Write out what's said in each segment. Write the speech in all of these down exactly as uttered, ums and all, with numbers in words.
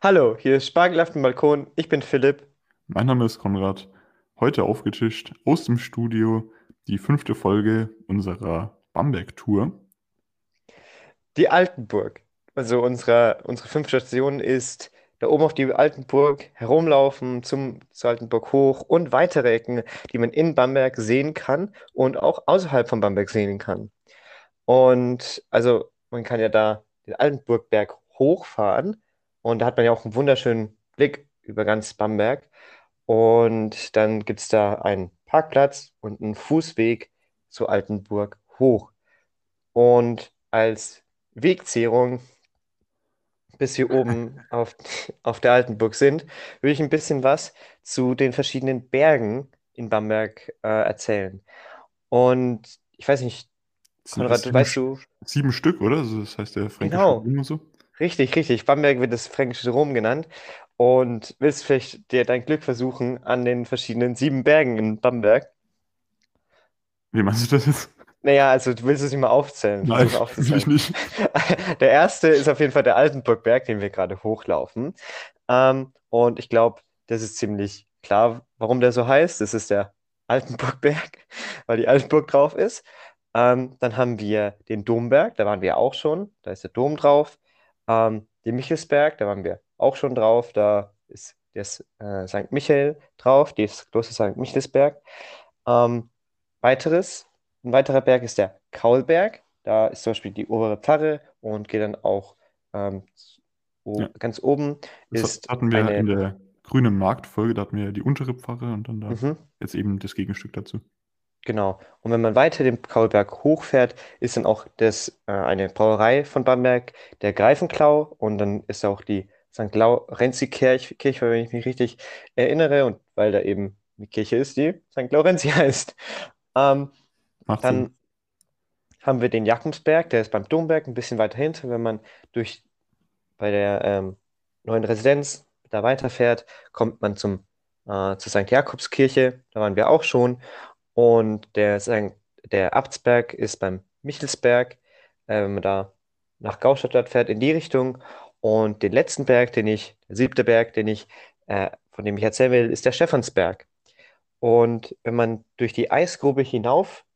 Hallo, hier ist Spargel auf dem Balkon. Ich bin Philipp. Mein Name ist Konrad. Heute aufgetischt aus dem Studio die fünfte Folge unserer Bamberg-Tour. Die Altenburg. Also unsere, unsere fünfte Station ist da oben auf die Altenburg herumlaufen, zum, zur Altenburg hoch und weitere Ecken, die man in Bamberg sehen kann und auch außerhalb von Bamberg sehen kann. Und also man kann ja da den Altenburgberg hochfahren und da hat man ja auch einen wunderschönen Blick über ganz Bamberg. Und dann gibt es da einen Parkplatz und einen Fußweg zur Altenburg hoch. Und als Wegzehrung, bis wir oben auf, auf der Altenburg sind, würde ich ein bisschen was zu den verschiedenen Bergen in Bamberg äh, erzählen. Und ich weiß nicht, Das sind Konrad, du sieben, weißt St- du, sieben Stück, oder? Also das heißt der fränkische genau, Ruhm und so. richtig, richtig. Bamberg wird das fränkische Rom genannt. Und willst vielleicht dir dein Glück versuchen an den verschiedenen sieben Bergen in Bamberg? Wie meinst du das jetzt? Naja, also du willst es nicht mal aufzählen, Nein, versuche will ich aufzuzählen. nicht. Der erste ist auf jeden Fall der Altenburgberg, den wir gerade hochlaufen. Ähm, und ich glaube, das ist ziemlich klar, warum der so heißt. Das ist der Altenburgberg, weil die Altenburg drauf ist. Ähm, dann haben wir den Domberg, da waren wir auch schon, da ist der Dom drauf. Ähm, den Michelsberg, da waren wir auch schon drauf, da ist das äh, Sankt Michael drauf, das Kloster Sankt Michelsberg. Ähm, weiteres, ein weiterer Berg ist der Kaulberg. Da ist zum Beispiel die obere Pfarre und geht dann auch ähm, Ja, so, ganz oben das hat- ist hatten wir in eine, der grünen Marktfolge, da hatten wir die untere Pfarre und dann da mhm, jetzt eben das Gegenstück dazu. genau. Und wenn man weiter den Kaulberg hochfährt, ist dann auch das, äh, eine Brauerei von Bamberg, der Greifenklau. Und dann ist auch die Sankt Laurenzi-Kirche, Kirche, wenn ich mich richtig erinnere. Und weil da eben die Kirche ist, die Sankt Laurenzi heißt. Ähm, Macht Sinn. dann haben wir den Jakobsberg, der ist beim Domberg ein bisschen weiter hinten. Wenn man durch bei der ähm, neuen Residenz da weiterfährt, kommt man zum, äh, zur Sankt Jakobskirche. Da waren wir auch schon. Und der, Sankt, der Abtsberg ist beim Michelsberg, äh, wenn man da nach Gaustadt fährt, in die Richtung. Und den letzten Berg, den ich, der siebte Berg, den ich, äh, von dem ich erzählen will, ist der Stephansberg. Und wenn man durch die Eisgrube hinaufläuft,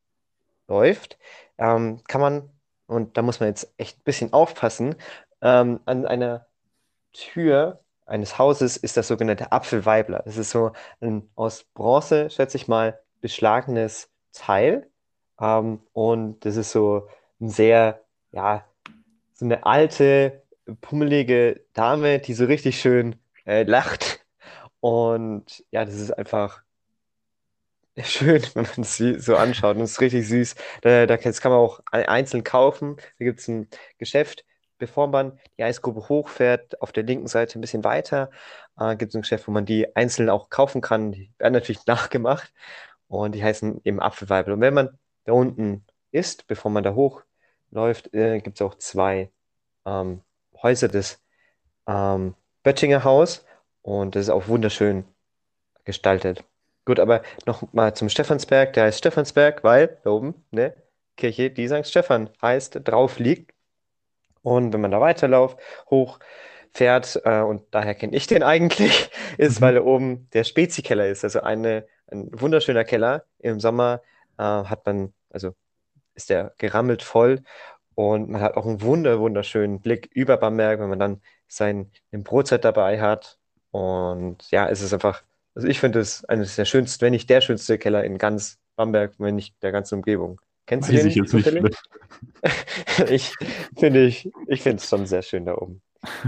ähm, kann man, und da muss man jetzt echt ein bisschen aufpassen, ähm, an einer Tür eines Hauses ist das sogenannte Apfelweibler. Das ist so ein aus Bronze, schätze ich mal, beschlagenes Teil. Ähm, und das ist so ein sehr, ja, so eine alte, pummelige Dame, die so richtig schön äh, lacht. Und ja, das ist einfach schön, wenn man es sie- so anschaut. Und es ist richtig süß. Da, da, das kann man auch ein- einzeln kaufen. Da gibt es ein Geschäft, bevor man die Eisgrube hochfährt, auf der linken Seite ein bisschen weiter, äh, gibt es ein Geschäft, wo man die einzeln auch kaufen kann. Die werden natürlich nachgemacht und die heißen eben Apfelweibel. Und wenn man da unten ist, bevor man da hochläuft, äh, gibt es auch zwei ähm, Häuser, das ähm, Böttinger Haus, und das ist auch wunderschön gestaltet. Gut, aber noch mal zum Stephansberg. Der heißt Stephansberg, weil da oben, ne, Kirche, die Sankt Stephan heißt, drauf liegt. Und wenn man da weiterläuft, hoch fährt, äh, und daher kenne ich den eigentlich, ist, weil Mhm. da oben der Spezi-Keller ist. Also eine, ein wunderschöner Keller. Im Sommer äh, hat man, also ist der gerammelt voll und man hat auch einen wunder, wunderschönen Blick über Bamberg, wenn man dann sein ein Brotzeit dabei hat. Und ja, es ist einfach, also ich finde es eines der schönsten, wenn nicht der schönste Keller in ganz Bamberg, wenn nicht der ganzen Umgebung. Kennst du Weiß ich den jetzt nicht, zufällig? vielleicht. Ich finde ich, ich finde es schon sehr schön da oben.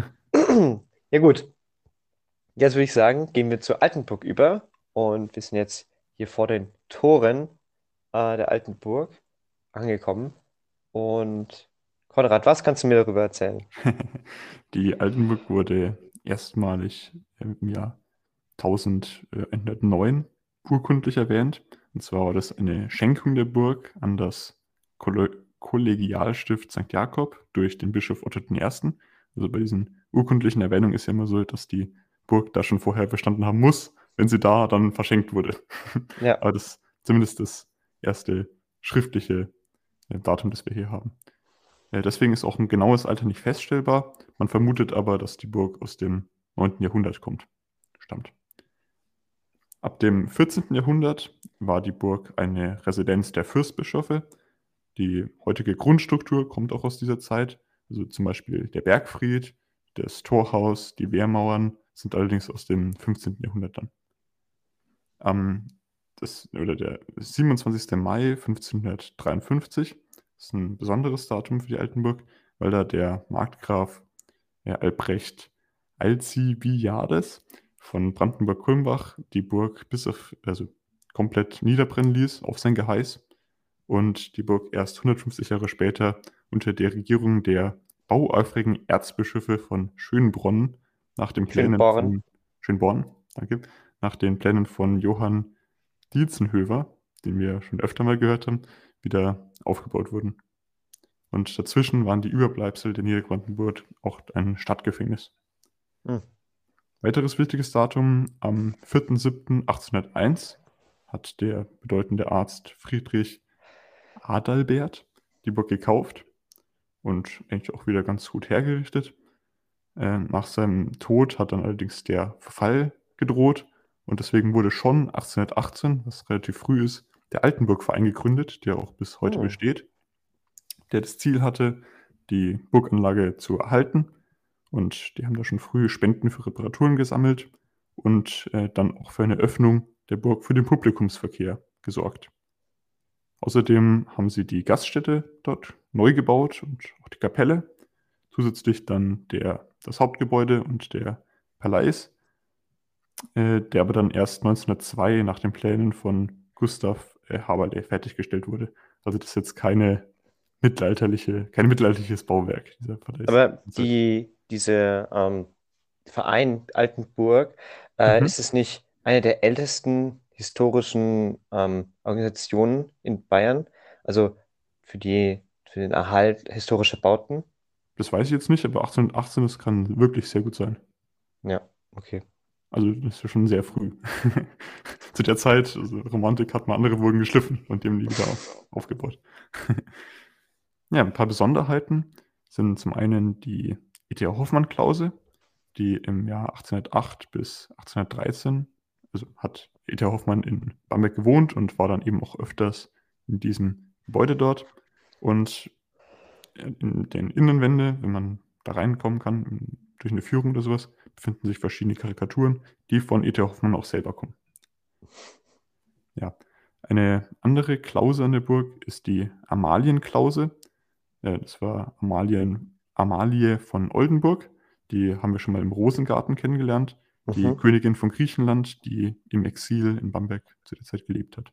Ja gut, jetzt würde ich sagen, gehen wir zur Altenburg über und wir sind jetzt hier vor den Toren äh, der Altenburg angekommen. Und Konrad, was kannst du mir darüber erzählen? Die Altenburg wurde erstmalig im Jahr elfhundertneun urkundlich erwähnt. Und zwar war das eine Schenkung der Burg an das Kolle- Kollegialstift Sankt Jakob durch den Bischof Otto den Ersten. Also bei diesen urkundlichen Erwähnungen ist ja immer so, dass die Burg da schon vorher bestanden haben muss, wenn sie da dann verschenkt wurde. Ja, Aber das ist zumindest das erste schriftliche äh, Datum, das wir hier haben. Äh, Deswegen ist auch ein genaues Alter nicht feststellbar. Man vermutet aber, dass die Burg aus dem neunten Jahrhundert kommt, stammt. Ab dem vierzehnten Jahrhundert war die Burg eine Residenz der Fürstbischöfe. Die heutige Grundstruktur kommt auch aus dieser Zeit. Also zum Beispiel der Bergfried, das Torhaus, die Wehrmauern sind allerdings aus dem fünfzehnten Jahrhundert dann. Am das, oder der siebenundzwanzigste Mai fünfzehnhundertdreiundfünfzig ist ein besonderes Datum für die Altenburg, weil da der Markgraf ja, Albrecht Alcibiades von Brandenburg-Kulmbach die Burg bis auf, also komplett niederbrennen ließ auf sein Geheiß und die Burg erst hundertfünfzig Jahre später unter der Regierung der baueifrigen Erzbischöfe von Schönbrunn nach den Plänen Schönborn. von Schönborn, danke, nach den Plänen von Johann Dietzenhöfer, den wir schon öfter mal gehört haben, wieder aufgebaut wurden. Und dazwischen waren die Überbleibsel der niedergebrannten Burg auch ein Stadtgefängnis. Hm. Weiteres wichtiges Datum: am vierten siebten achtzehnhunderteins hat der bedeutende Arzt Friedrich Adalbert die Burg gekauft und eigentlich auch wieder ganz gut hergerichtet. Äh, nach seinem Tod hat dann allerdings der Verfall gedroht und deswegen wurde schon achtzehnhundertachtzehn, was relativ früh ist, der Altenburgverein gegründet, der auch bis heute Hm. besteht, der das Ziel hatte, die Burganlage zu erhalten. Und die haben da schon früh Spenden für Reparaturen gesammelt und äh, dann auch für eine Öffnung der Burg für den Publikumsverkehr gesorgt. Außerdem haben sie die Gaststätte dort neu gebaut und auch die Kapelle. Zusätzlich dann der, das Hauptgebäude und der Palais, äh, der aber dann erst neunzehnhundertzwei nach den Plänen von Gustav äh, Haberle fertiggestellt wurde. Also das ist jetzt keine mittelalterliche, kein mittelalterliches Bauwerk, dieser Palais. Aber die, diese ähm, Verein Altenburg, äh, Mhm. ist es nicht eine der ältesten historischen ähm, Organisationen in Bayern? Also für die, für den Erhalt historischer Bauten? Das weiß ich jetzt nicht, aber achtzehnhundertachtzehn, das kann wirklich sehr gut sein. Ja, okay. Also das ist ja schon sehr früh. Zu der Zeit, also Romantik hat mal andere Burgen geschliffen und die haben die wieder auf, aufgebaut. Ja, ein paar Besonderheiten sind zum einen die E T H Hoffmann-Klause, die im Jahr achtzehnhundertacht bis achtzehnhundertdreizehn, also hat E T H Hoffmann in Bamberg gewohnt und war dann eben auch öfters in diesem Gebäude dort. Und in den Innenwände, wenn man da reinkommen kann, durch eine Führung oder sowas, befinden sich verschiedene Karikaturen, die von E T Hoffmann auch selber kommen. Ja, eine andere Klause an der Burg ist die Amalienklause. Äh, Das war Amalien, Amalie von Oldenburg. Die haben wir schon mal im Rosengarten kennengelernt. Die Mhm. Königin von Griechenland, die im Exil in Bamberg zu der Zeit gelebt hat.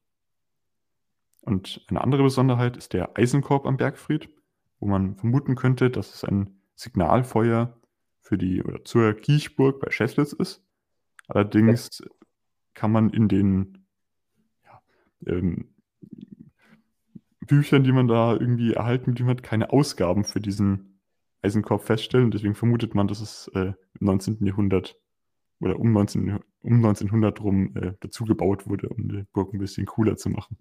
Und eine andere Besonderheit ist der Eisenkorb am Bergfried, wo man vermuten könnte, dass es ein Signalfeuer für die oder zur Kiechburg bei Scheßlitz ist. Allerdings kann man in den ja, ähm, Büchern, die man da irgendwie erhalten geblieben hat, keine Ausgaben für diesen Eisenkorb feststellen. Deswegen vermutet man, dass es äh, im neunzehnten Jahrhundert oder um, neunzehn, um neunzehnhundert rum äh, dazu gebaut wurde, um die Burg ein bisschen cooler zu machen.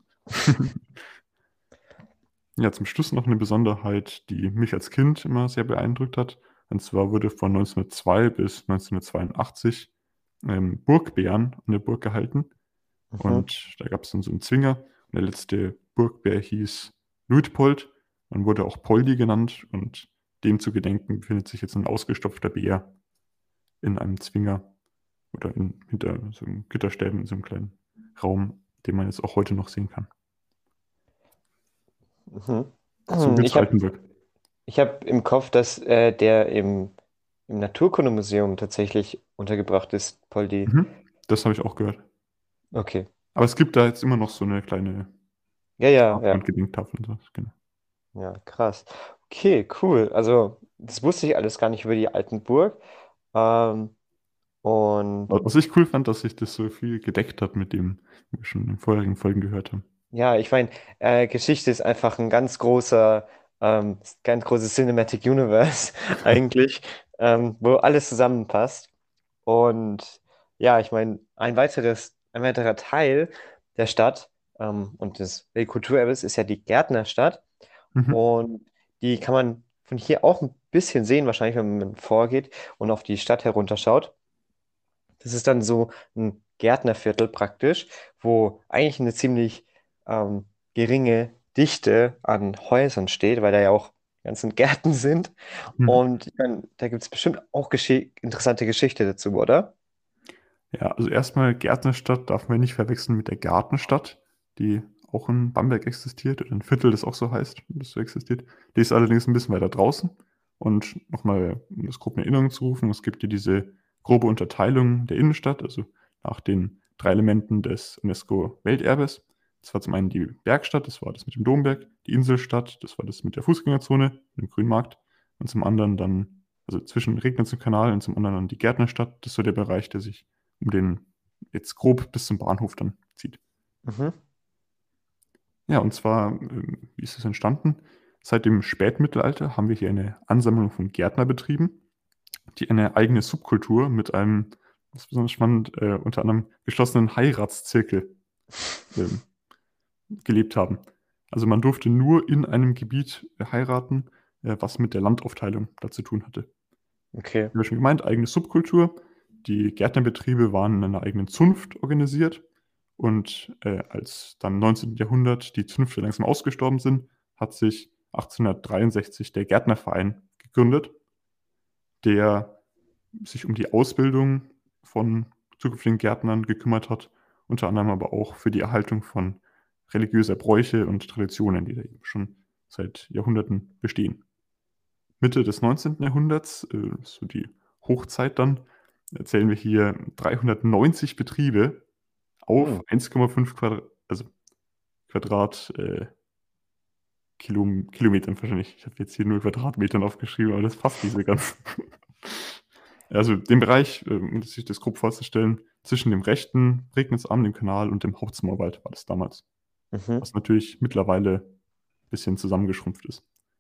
Ja, zum Schluss noch eine Besonderheit, die mich als Kind immer sehr beeindruckt hat. Und zwar wurde von neunzehnhundertzwei bis neunzehnhundertzweiundachtzig ähm, Burgbären an der Burg gehalten. Mhm. Und da gab es dann so einen Zwinger. Und der letzte Burgbär hieß Luitpold und wurde auch Poldi genannt. Und dem zu gedenken befindet sich jetzt ein ausgestopfter Bär in einem Zwinger oder in, hinter so einem Gitterstäben in so einem kleinen Raum, den man jetzt auch heute noch sehen kann. Mhm. So geht's Ich habe Altenburg. ich hab im Kopf, dass äh, der im, im Naturkundemuseum tatsächlich untergebracht ist, Poldi. Mhm. Das habe ich auch gehört. Okay. Aber es gibt da jetzt immer noch so eine kleine Ja, ja, Tafel ja. und Gedenktafel und so. Genau. Ja, krass. Okay, cool. Also, das wusste ich alles gar nicht über die Altenburg. Ähm, und Was ich cool fand, dass sich das so viel gedeckt hat mit dem, was wir schon in den vorherigen Folgen gehört haben. ja, ich meine, äh, Geschichte ist einfach ein ganz großer, ähm, ganz großes Cinematic Universe eigentlich, ähm, wo alles zusammenpasst. Und ja, ich meine, ein weiteres, ein weiterer Teil der Stadt ähm, und des Weltkulturerbes ist ja die Gärtnerstadt. Mhm. Und die kann man von hier auch ein bisschen sehen, wahrscheinlich, wenn man vorgeht und auf die Stadt herunterschaut. Das ist dann so ein Gärtnerviertel praktisch, wo eigentlich eine ziemlich ähm, geringe Dichte an Häusern steht, weil da ja auch ganzen Gärten sind. Hm. Und ich mein, da gibt es bestimmt auch gesche interessante Geschichte dazu, oder? Ja, also erstmal Gärtnerstadt darf man nicht verwechseln mit der Gartenstadt, die auch in Bamberg existiert oder ein Viertel, das auch so heißt, das so existiert. Die ist allerdings ein bisschen weiter draußen. Und nochmal, um das grob in Erinnerung zu rufen, es gibt hier diese grobe Unterteilung der Innenstadt, also nach den drei Elementen des UNESCO-Welterbes. Das war zum einen die Bergstadt, das war das mit dem Domberg, die Inselstadt, das war das mit der Fußgängerzone, dem Grünmarkt, und zum anderen dann, also zwischen Regnitz und Kanal und zum anderen dann die Gärtnerstadt, das ist so der Bereich, der sich um den jetzt grob bis zum Bahnhof dann zieht. Mhm. Ja, und zwar, ähm, wie ist es entstanden? Seit dem Spätmittelalter haben wir hier eine Ansammlung von Gärtnerbetrieben, die eine eigene Subkultur mit einem, das ist besonders spannend, äh, unter anderem geschlossenen Heiratszirkel ähm, gelebt haben. Also man durfte nur in einem Gebiet äh, heiraten, äh, was mit der Landaufteilung da zu tun hatte. Okay. Wie schon gemeint, eigene Subkultur. Die Gärtnerbetriebe waren in einer eigenen Zunft organisiert. Und äh, als dann im neunzehnten. Jahrhundert die Zünfte langsam ausgestorben sind, hat sich achtzehnhundertdreiundsechzig der Gärtnerverein gegründet, der sich um die Ausbildung von zukünftigen Gärtnern gekümmert hat, unter anderem aber auch für die Erhaltung von religiöser Bräuche und Traditionen, die da eben schon seit Jahrhunderten bestehen. Mitte des neunzehnten. Jahrhunderts, äh, so die Hochzeit dann, erzählen wir hier dreihundertneunzig Betriebe Hm. auf eins Komma fünf Quadrat, also Quadrat, äh, Kilo, Kilometern wahrscheinlich. Ich habe jetzt hier nur Quadratmetern aufgeschrieben, aber das passt nicht so ganz. Also den Bereich, äh, um sich das grob vorzustellen, zwischen dem rechten Regnitz-Arm, dem Kanal und dem Hauptzimmerwald war das damals. Mhm. Was natürlich mittlerweile ein bisschen zusammengeschrumpft ist.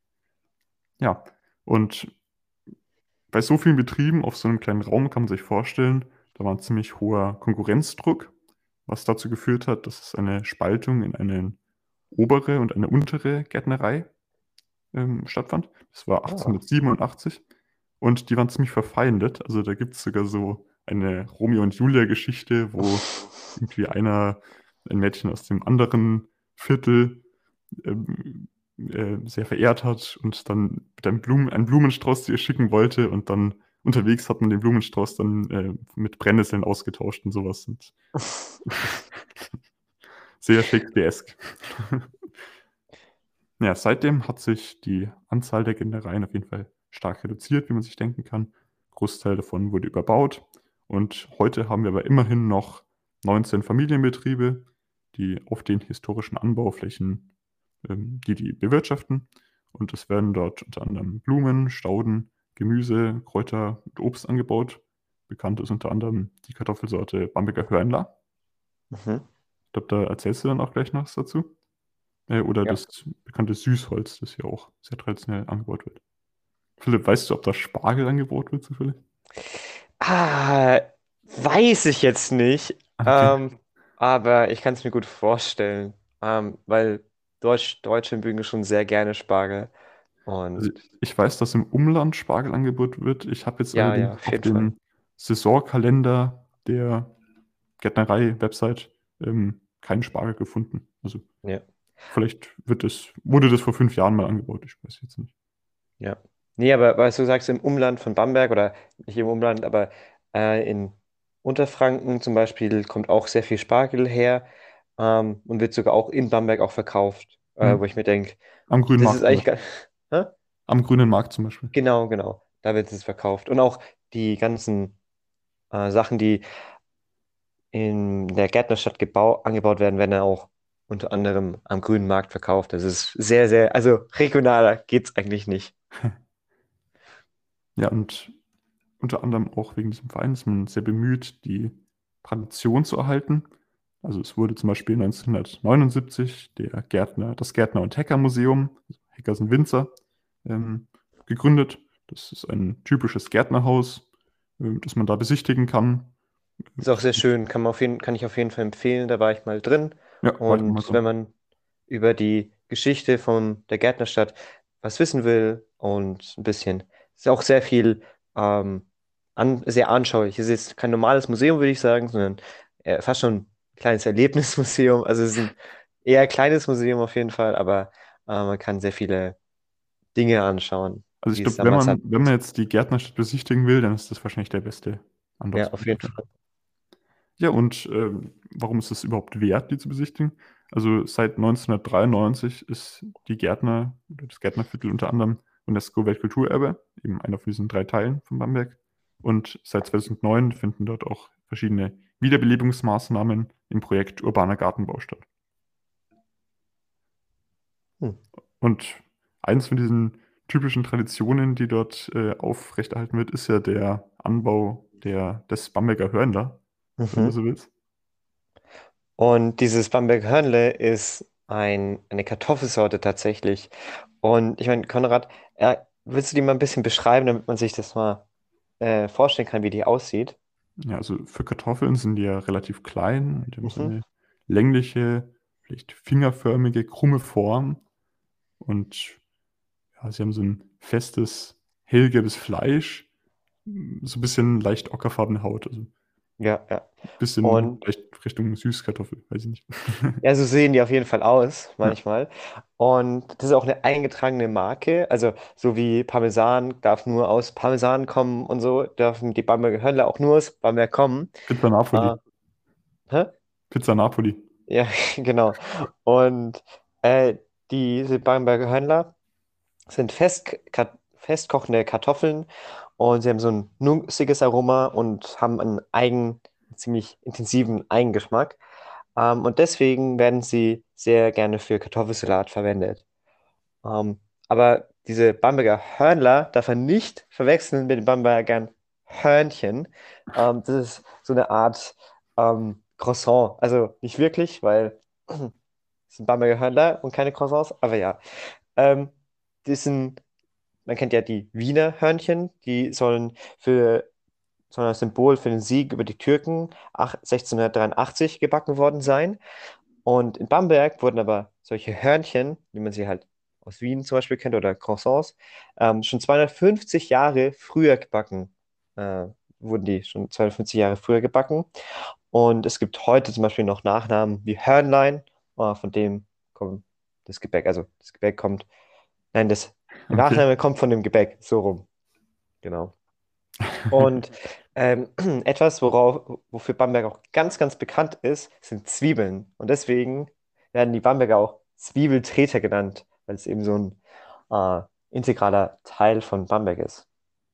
Ja, und bei so vielen Betrieben auf so einem kleinen Raum kann man sich vorstellen, da war ein ziemlich hoher Konkurrenzdruck, was dazu geführt hat, dass es eine Spaltung in eine obere und eine untere Gärtnerei ähm, stattfand. Das war Ah. achtzehnhundertsiebenundachtzig und die waren ziemlich verfeindet. Also da gibt es sogar so eine Romeo und Julia-Geschichte, wo irgendwie einer, ein Mädchen aus dem anderen Viertel ähm, äh, sehr verehrt hat und dann mit einem Blumen, einen Blumenstrauß zu ihr schicken wollte und dann unterwegs hat man den Blumenstrauß dann äh, mit Brennnesseln ausgetauscht und sowas. Und sehr Shakespeare-esk. Ja, seitdem hat sich die Anzahl der Gärtnereien auf jeden Fall stark reduziert, wie man sich denken kann. Großteil davon wurde überbaut und heute haben wir aber immerhin noch neunzehn Familienbetriebe, die auf den historischen Anbauflächen, ähm, die die bewirtschaften. Und es werden dort unter anderem Blumen, Stauden, Gemüse, Kräuter und Obst angebaut. Bekannt ist unter anderem die Kartoffelsorte Bamberger Hörnler. Mhm. Ich glaube, da erzählst du dann auch gleich noch was dazu. Äh, oder Ja. das bekannte Süßholz, das hier auch sehr traditionell angebaut wird. Philipp, weißt du, ob da Spargel angebaut wird zufällig? Ah, weiß ich jetzt nicht, Ah, okay. ähm, aber ich kann es mir gut vorstellen, ähm, weil Deutsch, Deutsche mögen schon sehr gerne Spargel. Also Und ich weiß, dass im Umland Spargel angebaut wird. Ich habe jetzt ja, ja, allerdings auf auf jeden Fall. dem Saisonkalender der Gärtnerei-Website ähm, keinen Spargel gefunden. Also Ja, vielleicht wird es, wurde das vor fünf Jahren mal angebaut, ich weiß jetzt nicht. ja. Nee, aber was du sagst, im Umland von Bamberg oder nicht im Umland, aber äh, in Unterfranken zum Beispiel kommt auch sehr viel Spargel her, ähm, und wird sogar auch in Bamberg auch verkauft, äh, wo Hm. ich mir denke, Am grünen das ist Markt zum eigentlich Beispiel. gar. Hä? Am grünen Markt zum Beispiel. Genau, genau. Da wird es verkauft. Und auch die ganzen äh, Sachen, die in der Gärtnerstadt gebau angebaut werden, werden dann auch unter anderem am grünen Markt verkauft. Das ist sehr, sehr, also regionaler geht's eigentlich nicht. Ja, und unter anderem auch wegen diesem Verein ist man sehr bemüht, die Tradition zu erhalten. Also es wurde zum Beispiel neunzehnhundertneunundsiebzig der Gärtner, das Gärtner- und Heckermuseum, also Hecker sind Winzer, ähm, gegründet. Das ist ein typisches Gärtnerhaus, ähm, das man da besichtigen kann. Ist auch Das sehr ist, schön, kann man auf jeden, kann ich auf jeden Fall empfehlen. Da war ich mal drin. ja, warte mal Und so. wenn man über die Geschichte von der Gärtnerstadt was wissen will und ein bisschen, ist auch sehr viel ähm, an, sehr anschaulich. Es ist jetzt kein normales Museum, würde ich sagen, sondern äh, fast schon ein kleines Erlebnismuseum. Also es ist ein eher kleines Museum auf jeden Fall, aber äh, man kann sehr viele Dinge anschauen, Also ich die es glaube, wenn damals man, halt. wenn man jetzt die Gärtnerstadt besichtigen will, dann ist das wahrscheinlich der beste Ja, auf jeden Anlaufspunkt. Fall. Ja, und ähm, warum ist es überhaupt wert, die zu besichtigen? Also seit neunzehnhundertdreiundneunzig ist die Gärtner oder das Gärtnerviertel unter anderem UNESCO-Weltkulturerbe, eben einer von diesen drei Teilen von Bamberg. Und seit zweitausendneun finden dort auch verschiedene Wiederbelebungsmaßnahmen im Projekt Urbaner Gartenbau statt. Hm. Und eins von diesen typischen Traditionen, die dort äh, aufrechterhalten wird, ist ja der Anbau der, des Bamberger Hörnler, wenn du Mhm. so willst. Und dieses Bamberger Hörnle ist ein, eine Kartoffelsorte tatsächlich. Und ich meine, Konrad, äh, willst du die mal ein bisschen beschreiben, damit man sich das mal äh, vorstellen kann, wie die aussieht? Ja, also für Kartoffeln sind die ja relativ klein. Die haben so Mhm. eine längliche, vielleicht fingerförmige, krumme Form. Und ja, sie haben so ein festes, hellgelbes Fleisch, so ein bisschen leicht ockerfarbene Haut. Also ein Ja, ja. bisschen Und vielleicht Richtung Süßkartoffel, weiß ich nicht. ja, so sehen die auf jeden Fall aus, Ja, manchmal. Und das ist auch eine eingetragene Marke. Also, so wie Parmesan darf nur aus Parmesan kommen und so, dürfen die Bamberger Hörnle auch nur aus Bamberg kommen. Pizza Napoli. Äh, hä? Pizza Napoli. Ja, genau. Und äh, diese Bamberger Hörnler sind fest, ka- festkochende Kartoffeln und sie haben so ein nussiges Aroma und haben einen eigen, ziemlich intensiven Eigengeschmack. Ähm, und deswegen werden sie sehr gerne für Kartoffelsalat verwendet. Ähm, aber diese Bamberger Hörnler darf man nicht verwechseln mit den Bambergern Hörnchen. Ähm, das ist so eine Art ähm, Croissant. Also nicht wirklich, weil es sind Bamberger Hörnler und keine Croissants, aber ja. Ähm, das sind, man kennt ja die Wiener Hörnchen, die sollen für sollen als Symbol für den Sieg über die Türken ach- sechzehnhundertdreiundachtzig gebacken worden sein. Und in Bamberg wurden aber solche Hörnchen, wie man sie halt aus Wien zum Beispiel kennt, oder Croissants, ähm, schon zweihundertfünfzig Jahre früher gebacken. Äh, wurden die schon zweihundertfünfzig Jahre früher gebacken. Und es gibt heute zum Beispiel noch Nachnamen wie Hörnlein, äh, von dem kommt das Gebäck. Also das Gebäck kommt, nein, das, der Okay. Nachname kommt von dem Gebäck, so rum. Genau. Und ähm, etwas, worauf, wofür Bamberg auch ganz, ganz bekannt ist, sind Zwiebeln. Und deswegen werden die Bamberger auch Zwiebeltreter genannt, weil es eben so ein äh, integraler Teil von Bamberg ist.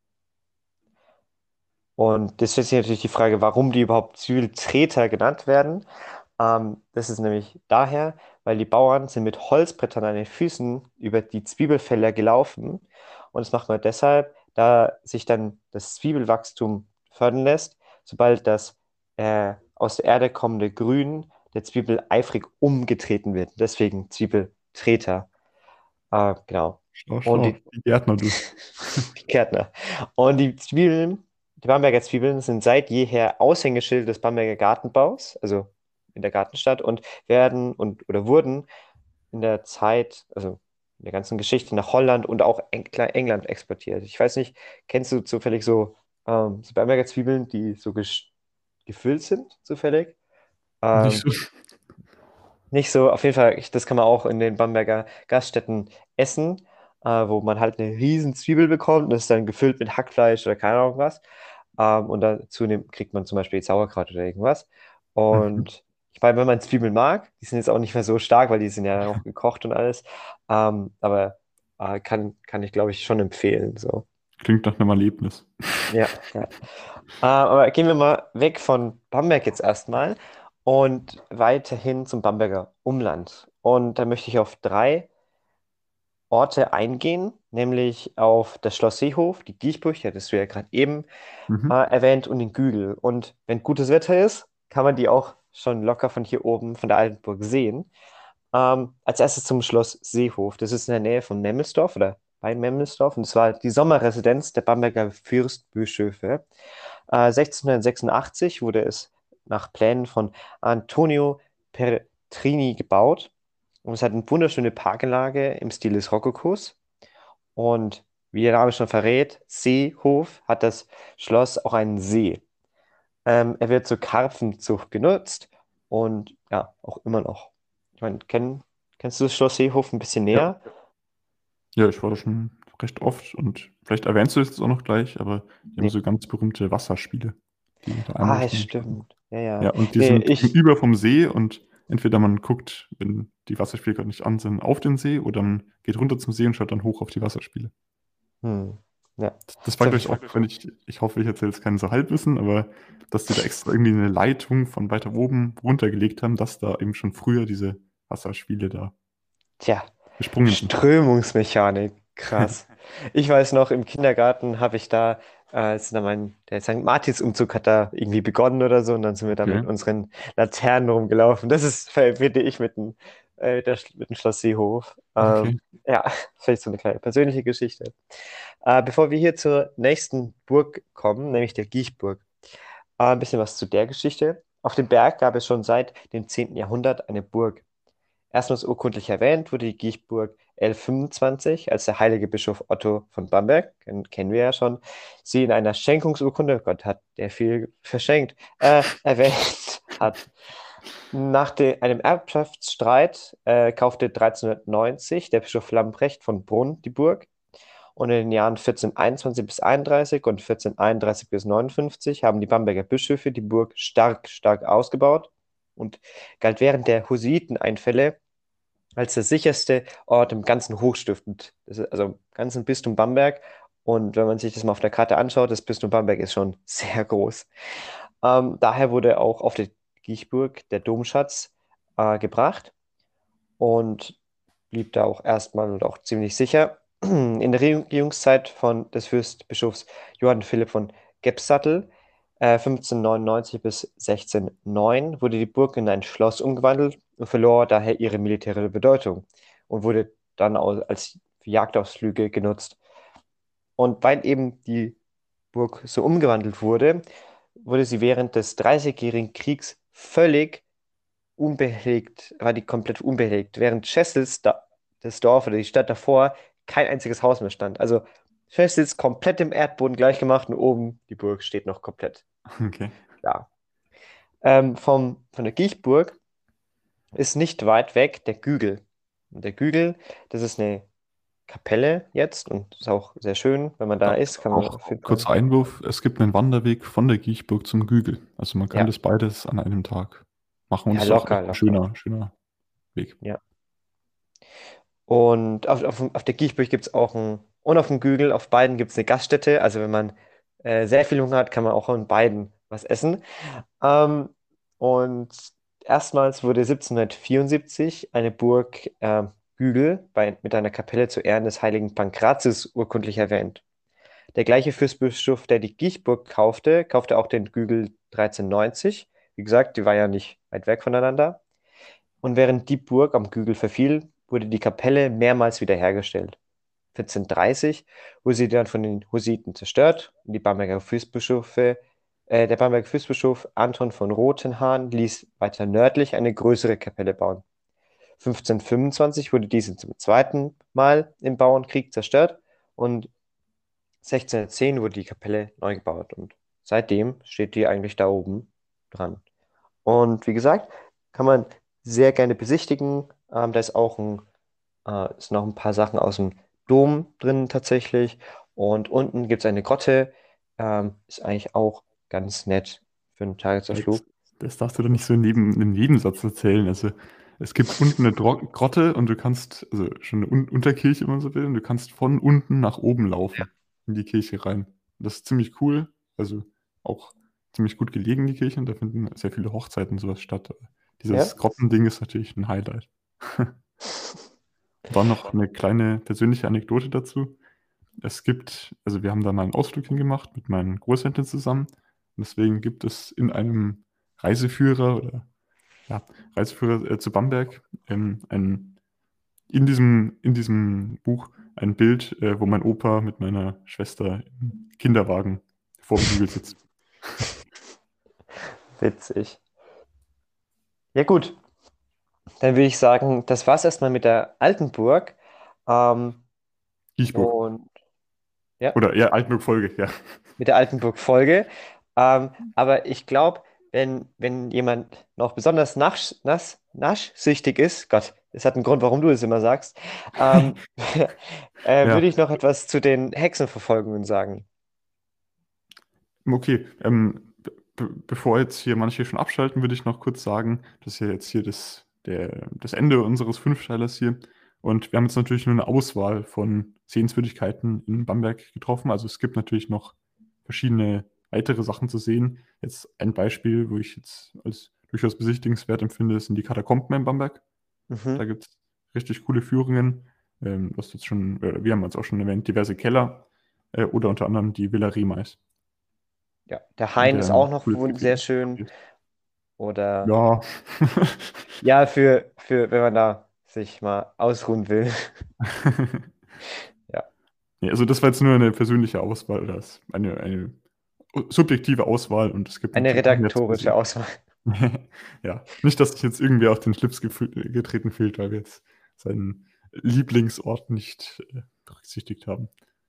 Und das stellt sich natürlich die Frage, warum die überhaupt Zwiebeltreter genannt werden. Ähm, das ist nämlich daher, weil die Bauern sind mit Holzbrettern an den Füßen über die Zwiebelfelder gelaufen. Und das macht man deshalb, da sich dann das Zwiebelwachstum fördern lässt, sobald das äh, aus der Erde kommende Grün der Zwiebel eifrig umgetreten wird. Deswegen Zwiebeltreter. Äh, genau. Schlau, Und schlau. die, Die Gärtner, du. die Gärtner. Und die Zwiebeln, die Bamberger Zwiebeln sind seit jeher Aushängeschild des Bamberger Gartenbaus, also in der Gartenstadt, und werden und oder wurden in der Zeit, also in der ganzen Geschichte nach Holland und auch Eng England exportiert. Ich weiß nicht, kennst du zufällig so, ähm, so Bamberger Zwiebeln, die so gesch- gefüllt sind, zufällig? Nicht Ähm, so. nicht so, auf jeden Fall, ich, das kann man auch in den Bamberger Gaststätten essen, äh, wo man halt eine riesen Zwiebel bekommt und das ist dann gefüllt mit Hackfleisch oder keine Ahnung was. Ähm, und dazu nimmt, kriegt man zum Beispiel Sauerkraut oder irgendwas. Mhm. Und ich meine, wenn man Zwiebeln mag, die sind jetzt auch nicht mehr so stark, weil die sind ja auch gekocht und alles. Ähm, aber äh, kann, kann ich, glaube ich, schon empfehlen. So. Klingt nach einem Erlebnis. Ja, ja. Äh, aber gehen wir mal weg von Bamberg jetzt erstmal und weiterhin zum Bamberger Umland. Und da möchte ich auf drei Orte eingehen, nämlich auf das Schloss Seehof, die Giechburg, ja, das du ja gerade eben äh, Mhm. erwähnt, und den Gügel. Und wenn gutes Wetter ist, kann man die auch schon locker von hier oben, von der Altenburg sehen. Ähm, als erstes zum Schloss Seehof. Das ist in der Nähe von Memmelsdorf oder bei Memmelsdorf. Und es war die Sommerresidenz der Bamberger Fürstbischöfe. Äh, sechzehnhundertsechsundachtzig wurde es nach Plänen von Antonio Pertrini gebaut. Und es hat eine wunderschöne Parkanlage im Stil des Rokokos. Und wie der Name schon verrät, Seehof, hat das Schloss auch einen See. Ähm, er wird zur Karpfenzucht genutzt und ja, auch immer noch. Ich meine, kenn, kennst du das Schloss Seehof ein bisschen Ja. näher? Ja, ich war da schon recht oft und vielleicht erwähnst du es jetzt auch noch gleich, aber die haben Nee. so ganz berühmte Wasserspiele, die da Ah, es Einrichtungen haben. stimmt. Ja, ja. Ja, und die Nee, sind ich, gegenüber vom See und entweder man guckt, wenn die Wasserspiele gerade nicht an sind, auf den See oder man geht runter zum See und schaut dann hoch auf die Wasserspiele. hm, ja. Das, das Ist war, auf glaube jeden ich, Fall. auch, wenn ich, ich hoffe, ich erzähle jetzt keinen so Halbwissen, aber dass die da extra irgendwie eine Leitung von weiter oben runtergelegt haben, dass da eben schon früher diese Wasserspiele da Tja, gesprungen sind. Strömungsmechanik, krass. Ich weiß noch, im Kindergarten habe ich da, äh, als dann mein, der Sankt Martins-Umzug hat da irgendwie begonnen oder so, und dann sind wir da Okay, mit unseren Laternen rumgelaufen. Das ist, verbinde ich mit dem, äh, der, Sch- mit dem Schloss Seehof. okay. Ähm, ja, vielleicht so eine kleine persönliche Geschichte. Äh, bevor wir hier zur nächsten Burg kommen, nämlich der Giechburg, äh, ein bisschen was zu der Geschichte. Auf dem Berg gab es schon seit dem zehnten Jahrhundert eine Burg. Erstmals urkundlich erwähnt wurde die Giechburg elf fünfundzwanzig, als der heilige Bischof Otto von Bamberg, kennen, kennen wir ja schon, sie in einer Schenkungsurkunde, Gott hat der viel verschenkt, äh, erwähnt hat. Nach de, einem Erbschaftsstreit äh, kaufte dreizehnhundertneunzig der Bischof Lamprecht von Brunn die Burg, und in den Jahren vierzehnhunderteinundzwanzig bis einunddreißig und vierzehnhunderteinunddreißig bis neunundfünfzig haben die Bamberger Bischöfe die Burg stark, stark ausgebaut und galt während der Hussiteneinfälle als der sicherste Ort im ganzen Hochstift, das ist also im ganzen Bistum Bamberg. Und wenn man sich das mal auf der Karte anschaut, das Bistum Bamberg ist schon sehr groß. Ähm, daher wurde auch auf der Giechburg der Domschatz äh, gebracht und blieb da auch erstmal und auch ziemlich sicher. In der Regierungszeit von des Fürstbischofs Johann Philipp von Gebsattel, äh, fünfzehnhundertneunundneunzig bis sechzehnhundertneun, wurde die Burg in ein Schloss umgewandelt und verlor daher ihre militärische Bedeutung und wurde dann au- als Jagdausflüge genutzt. Und weil eben die Burg so umgewandelt wurde, wurde sie während des Dreißigjährigen Kriegs völlig unbelegt, war die komplett unbelegt, während Schessels, da, das Dorf oder die Stadt davor, kein einziges Haus mehr stand. Also Schessels komplett im Erdboden gleichgemacht und oben die Burg steht noch komplett Okay. da. Ähm, vom, von der Giechburg ist nicht weit weg der Gügel. Und der Gügel, das ist eine Kapelle jetzt und ist auch sehr schön, wenn man da Da ist, kann man auf auch jeden Fall. kurzer Einwurf, es gibt einen Wanderweg von der Giechburg zum Gügel. Also man kann Ja, das beides an einem Tag machen und ja, es ist auch locker, echt ein locker. schöner, schöner Weg. Ja. Und auf, auf, auf der Giechburg gibt es auch ein, und auf dem Gügel, auf beiden gibt es eine Gaststätte. Also wenn man äh, sehr viel Hunger hat, kann man auch an beiden was essen. Ähm, und erstmals wurde siebzehnhundertvierundsiebzig eine Burg äh, Gügel bei, mit einer Kapelle zu Ehren des heiligen Pankratius urkundlich erwähnt. Der gleiche Fürstbischof, der die Giechburg kaufte, kaufte auch den Gügel dreizehnhundertneunzig. Wie gesagt, die war ja nicht weit weg voneinander. Und während die Burg am Gügel verfiel, wurde die Kapelle mehrmals wiederhergestellt. vierzehnhundertdreißig wurde sie dann von den Hussiten zerstört und die Bamberger Fürstbischöfe, äh, der Bamberger Fürstbischof Anton von Rothenhahn ließ weiter nördlich eine größere Kapelle bauen. fünfzehnhundertfünfundzwanzig wurde diese zum zweiten Mal im Bauernkrieg zerstört und sechzehnhundertzehn wurde die Kapelle neu gebaut und seitdem steht die eigentlich da oben dran. Und wie gesagt, kann man sehr gerne besichtigen. Ähm, da ist auch ein, äh, ist noch ein paar Sachen aus dem Dom drin tatsächlich. Und unten gibt es eine Grotte. Ähm, ist eigentlich auch ganz nett für einen Jetzt, Tagesausflug. das darfst du doch nicht so neben einem Nebensatz erzählen. Also es gibt unten eine Dro Grotte und du kannst, also schon eine Un Unterkirche, wenn man so will, und du kannst von unten nach oben laufen in die Kirche rein. Das ist ziemlich cool. Also auch ziemlich gut gelegen, die Kirche, und da finden sehr viele Hochzeiten und sowas statt. Ja? Dieses Grottending ist natürlich ein Highlight. Dann noch eine kleine persönliche Anekdote dazu. Es gibt, also wir haben da mal einen Ausflug hingemacht mit meinen Großeltern zusammen. Und deswegen gibt es in einem Reiseführer oder ja, Reiseführer äh, zu Bamberg ähm, ein, in diesem, in diesem Buch ein Bild, äh, wo mein Opa mit meiner Schwester im Kinderwagen vor dem Hügel sitzt. Witzig. Ja, gut. Dann würde ich sagen, das war's erstmal mit der alten Burg. Ähm, Giechburg. und Ja, Oder ja, Altenburg-Folge, ja. mit der Altenburg-Folge. Ähm, aber ich glaube, wenn, wenn jemand noch besonders nasch, nass, naschsüchtig ist, Gott, das hat einen Grund, warum du es immer sagst, ähm, äh, würde Ja, ich noch etwas zu den Hexenverfolgungen sagen. okay. Ähm, be bevor jetzt hier manche schon abschalten, würde ich noch kurz sagen, das ist ja jetzt hier das, der, das Ende unseres Fünfteilers hier. Und wir haben jetzt natürlich nur eine Auswahl von Sehenswürdigkeiten in Bamberg getroffen. Also es gibt natürlich noch verschiedene weitere Sachen zu sehen. Jetzt ein Beispiel, wo ich jetzt als durchaus besichtigenswert empfinde, sind die Katakomben in Bamberg. Mhm. Da gibt es richtig coole Führungen. Ähm, das jetzt schon, äh, wir haben jetzt auch schon erwähnt, diverse Keller äh, oder unter anderem die Villa Riemais, Ja, der in Hain der ist auch ein noch cooles wun- sehr Gefängnis schön. ist. Oder Ja. ja, für, für, wenn man da sich mal ausruhen will. Ja, Nee, also das war jetzt nur eine persönliche Auswahl oder ist eine, eine subjektive Auswahl und es gibt eine natürlich noch mehr zu redaktorische sehen. Auswahl. Ja, nicht, dass sich jetzt irgendwer auf den Schlips gefü- getreten fühlt, weil wir jetzt seinen Lieblingsort nicht äh, berücksichtigt haben.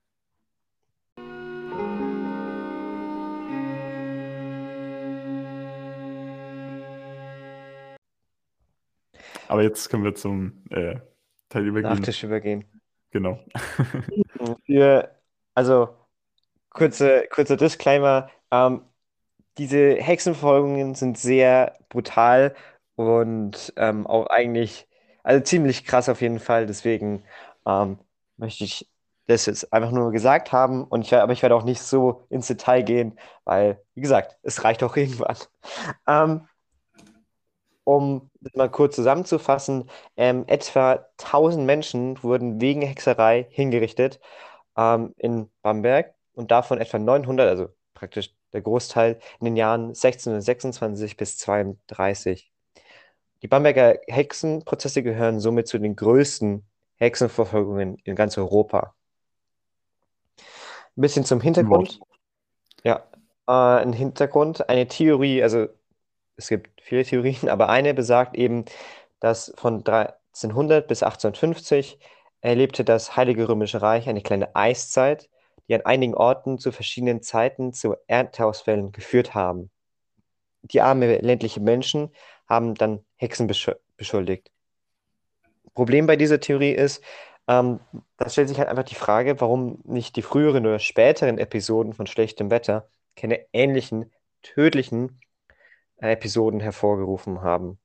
Aber jetzt können wir zum äh, Teil übergehen. Nachtisch übergehen. Genau. Für, also kurze, kurzer Disclaimer, ähm, diese Hexenverfolgungen sind sehr brutal und ähm, auch eigentlich, also ziemlich krass auf jeden Fall. Deswegen ähm, möchte ich das jetzt einfach nur gesagt haben. Und ich, wer- aber ich werde auch nicht so ins Detail gehen, weil, wie gesagt, es reicht auch irgendwann. Ähm, um das mal kurz zusammenzufassen, ähm, etwa tausend Menschen wurden wegen Hexerei hingerichtet ähm, in Bamberg und davon etwa neunhundert, also praktisch der Großteil, in den Jahren sechzehnhundertsechsundzwanzig bis zweiunddreißig. Die Bamberger Hexenprozesse gehören somit zu den größten Hexenverfolgungen in ganz Europa. Ein bisschen zum Ein Wort. Hintergrund. Ja, äh, ein Hintergrund, eine Theorie, also es gibt viele Theorien, aber eine besagt eben, dass von dreizehnhundert bis achtzehnhundertfünfzig erlebte das Heilige Römische Reich eine kleine Eiszeit, die an einigen Orten zu verschiedenen Zeiten zu Ernteausfällen geführt haben. Die armen ländliche Menschen haben dann Hexen besch beschuldigt. Problem bei dieser Theorie ist, ähm, da stellt sich halt einfach die Frage, warum nicht die früheren oder späteren Episoden von schlechtem Wetter keine ähnlichen tödlichen äh, Episoden hervorgerufen haben.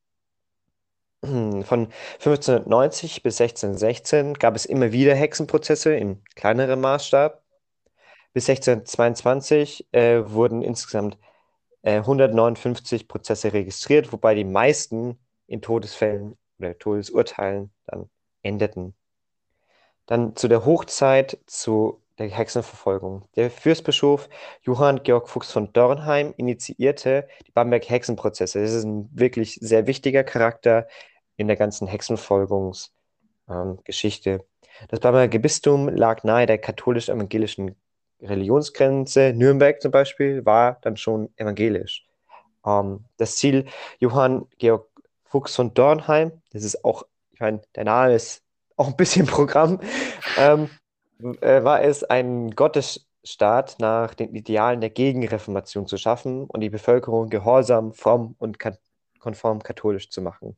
Von fünfzehnhundertneunzig bis sechzehnhundertsechzehn gab es immer wieder Hexenprozesse in kleinerem Maßstab. Bis sechzehnhundertzweiundzwanzig äh, wurden insgesamt äh, hundertneunundfünfzig Prozesse registriert, wobei die meisten in Todesfällen oder Todesurteilen dann endeten. Dann zu der Hochzeit zu der Hexenverfolgung. Der Fürstbischof Johann Georg Fuchs von Dornheim initiierte die Bamberg-Hexenprozesse. Das ist ein wirklich sehr wichtiger Charakter in der ganzen Hexenverfolgungsgeschichte. Ähm, Geschichte. Das Bamberger Bistum lag nahe der katholisch-evangelischen Religionsgrenze. Nürnberg zum Beispiel war dann schon evangelisch. Ähm, das Ziel Johann Georg Fuchs von Dornheim, das ist auch, ich meine, der Name ist auch ein bisschen Programm, ähm, äh, war es, einen Gottesstaat nach den Idealen der Gegenreformation zu schaffen und die Bevölkerung gehorsam, fromm und kat konform katholisch zu machen.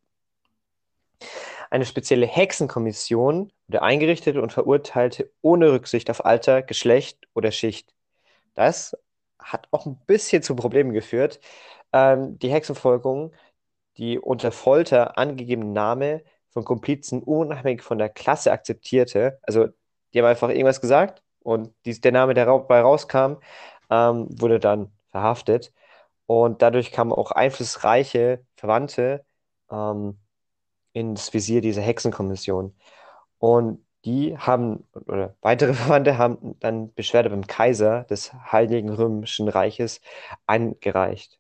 Eine spezielle Hexenkommission wurde eingerichtet und verurteilte ohne Rücksicht auf Alter, Geschlecht oder Schicht. Das hat auch ein bisschen zu Problemen geführt. Ähm, die Hexenverfolgung, die unter Folter angegebene Name von Komplizen unabhängig von der Klasse akzeptierte. Also die haben einfach irgendwas gesagt und dies, der Name, der dabei rauskam, ähm, wurde dann verhaftet. Und dadurch kamen auch einflussreiche Verwandte ähm, ins Visier dieser Hexenkommission. Und die haben, oder weitere Verwandte haben dann Beschwerde beim Kaiser des Heiligen Römischen Reiches eingereicht.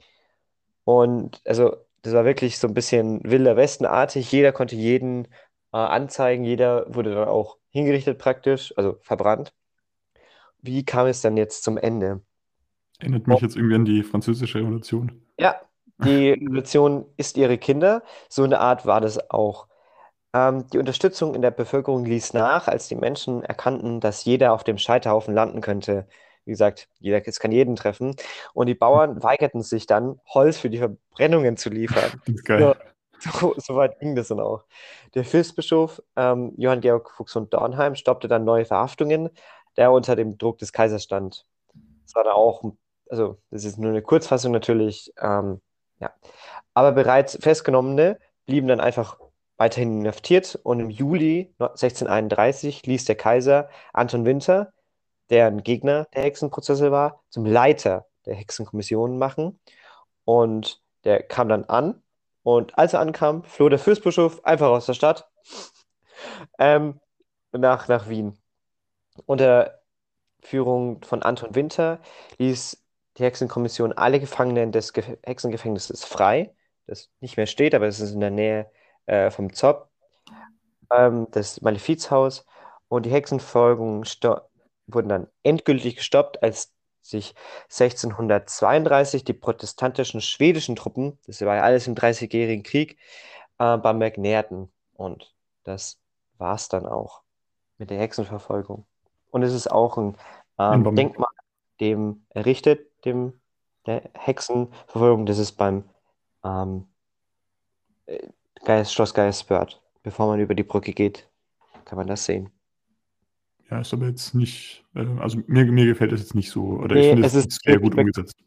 Und also, das war wirklich so ein bisschen Wilder Westenartig. Jeder konnte jeden äh, anzeigen, jeder wurde dann auch hingerichtet praktisch, also verbrannt. Wie kam es dann jetzt zum Ende? Erinnert mich jetzt irgendwie an die Französische Revolution. Ja, die Revolution isst ihre Kinder. So eine Art war das auch. Ähm, die Unterstützung in der Bevölkerung ließ nach, als die Menschen erkannten, dass jeder auf dem Scheiterhaufen landen könnte. Wie gesagt, jeder, es kann jeden treffen. Und die Bauern weigerten sich dann, Holz für die Verbrennungen zu liefern. Das ist So, geil. so, so weit ging das dann auch. Der Fürstbischof ähm, Johann Georg Fuchs von Dornheim stoppte dann neue Verhaftungen, da er unter dem Druck des Kaisers stand. Das war dann auch, also das ist nur eine Kurzfassung natürlich, ähm, ja. Aber bereits Festgenommene blieben dann einfach weiterhin inhaftiert und im Juli sechzehnhunderteinunddreißig ließ der Kaiser Anton Winter, der ein Gegner der Hexenprozesse war, zum Leiter der Hexenkommission machen und der kam dann an und als er ankam, floh der Fürstbischof einfach aus der Stadt ähm, nach, nach Wien. Unter Führung von Anton Winter ließ die Hexenkommission alle Gefangenen des Ge Hexengefängnisses frei, das nicht mehr steht, aber es ist in der Nähe äh, vom Zopp, ähm, das Malefizhaus. Und die Hexenverfolgungen sto- wurden dann endgültig gestoppt, als sich sechzehnhundertzweiunddreißig die protestantischen schwedischen Truppen, das war ja alles im Dreißigjährigen Krieg, äh, Bamberg näherten. Und das war es dann auch mit der Hexenverfolgung. Und es ist auch ein In ähm, Bamberg. Denkmal, dem errichtet, dem der Hexenverfolgung. Das ist beim ähm, äh, Geist, Schloss Geistbert. Bevor man über die Brücke geht, kann man das sehen. Ja, ist aber jetzt nicht, äh, also mir, mir gefällt das jetzt nicht so, oder ich Nee, finde, es es ist ist sehr nicht gut spektakulär. umgesetzt.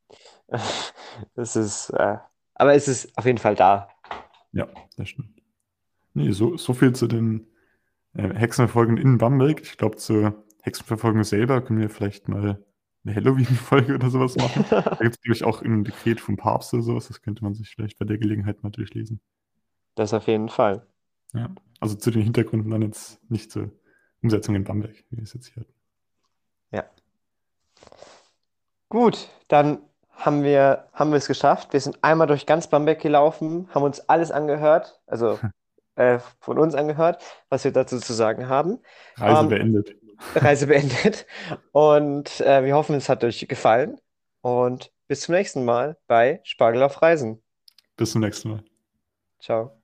Es ist, äh, aber es ist auf jeden Fall da. Ja, das stimmt. Nee, so, so viel zu den äh, Hexenverfolgungen in Bamberg. Ich glaube, zur Hexenverfolgung selber können wir vielleicht mal eine Halloween-Folge oder sowas machen. Da gibt es, glaube ich, auch ein Dekret vom Papst oder sowas. Das könnte man sich vielleicht bei der Gelegenheit mal durchlesen. Das auf jeden Fall. Ja, also zu den Hintergründen dann jetzt nicht zur Umsetzung in Bamberg, wie wir es jetzt hier hatten. Ja. Gut, dann haben wir, haben wir es geschafft. Wir sind einmal durch ganz Bamberg gelaufen, haben uns alles angehört, also äh, von uns angehört, was wir dazu zu sagen haben. Reise Ähm, beendet. Reise beendet. Und äh, wir hoffen, es hat euch gefallen. Und bis zum nächsten Mal bei Spargel auf Reisen. Bis zum nächsten Mal. Ciao.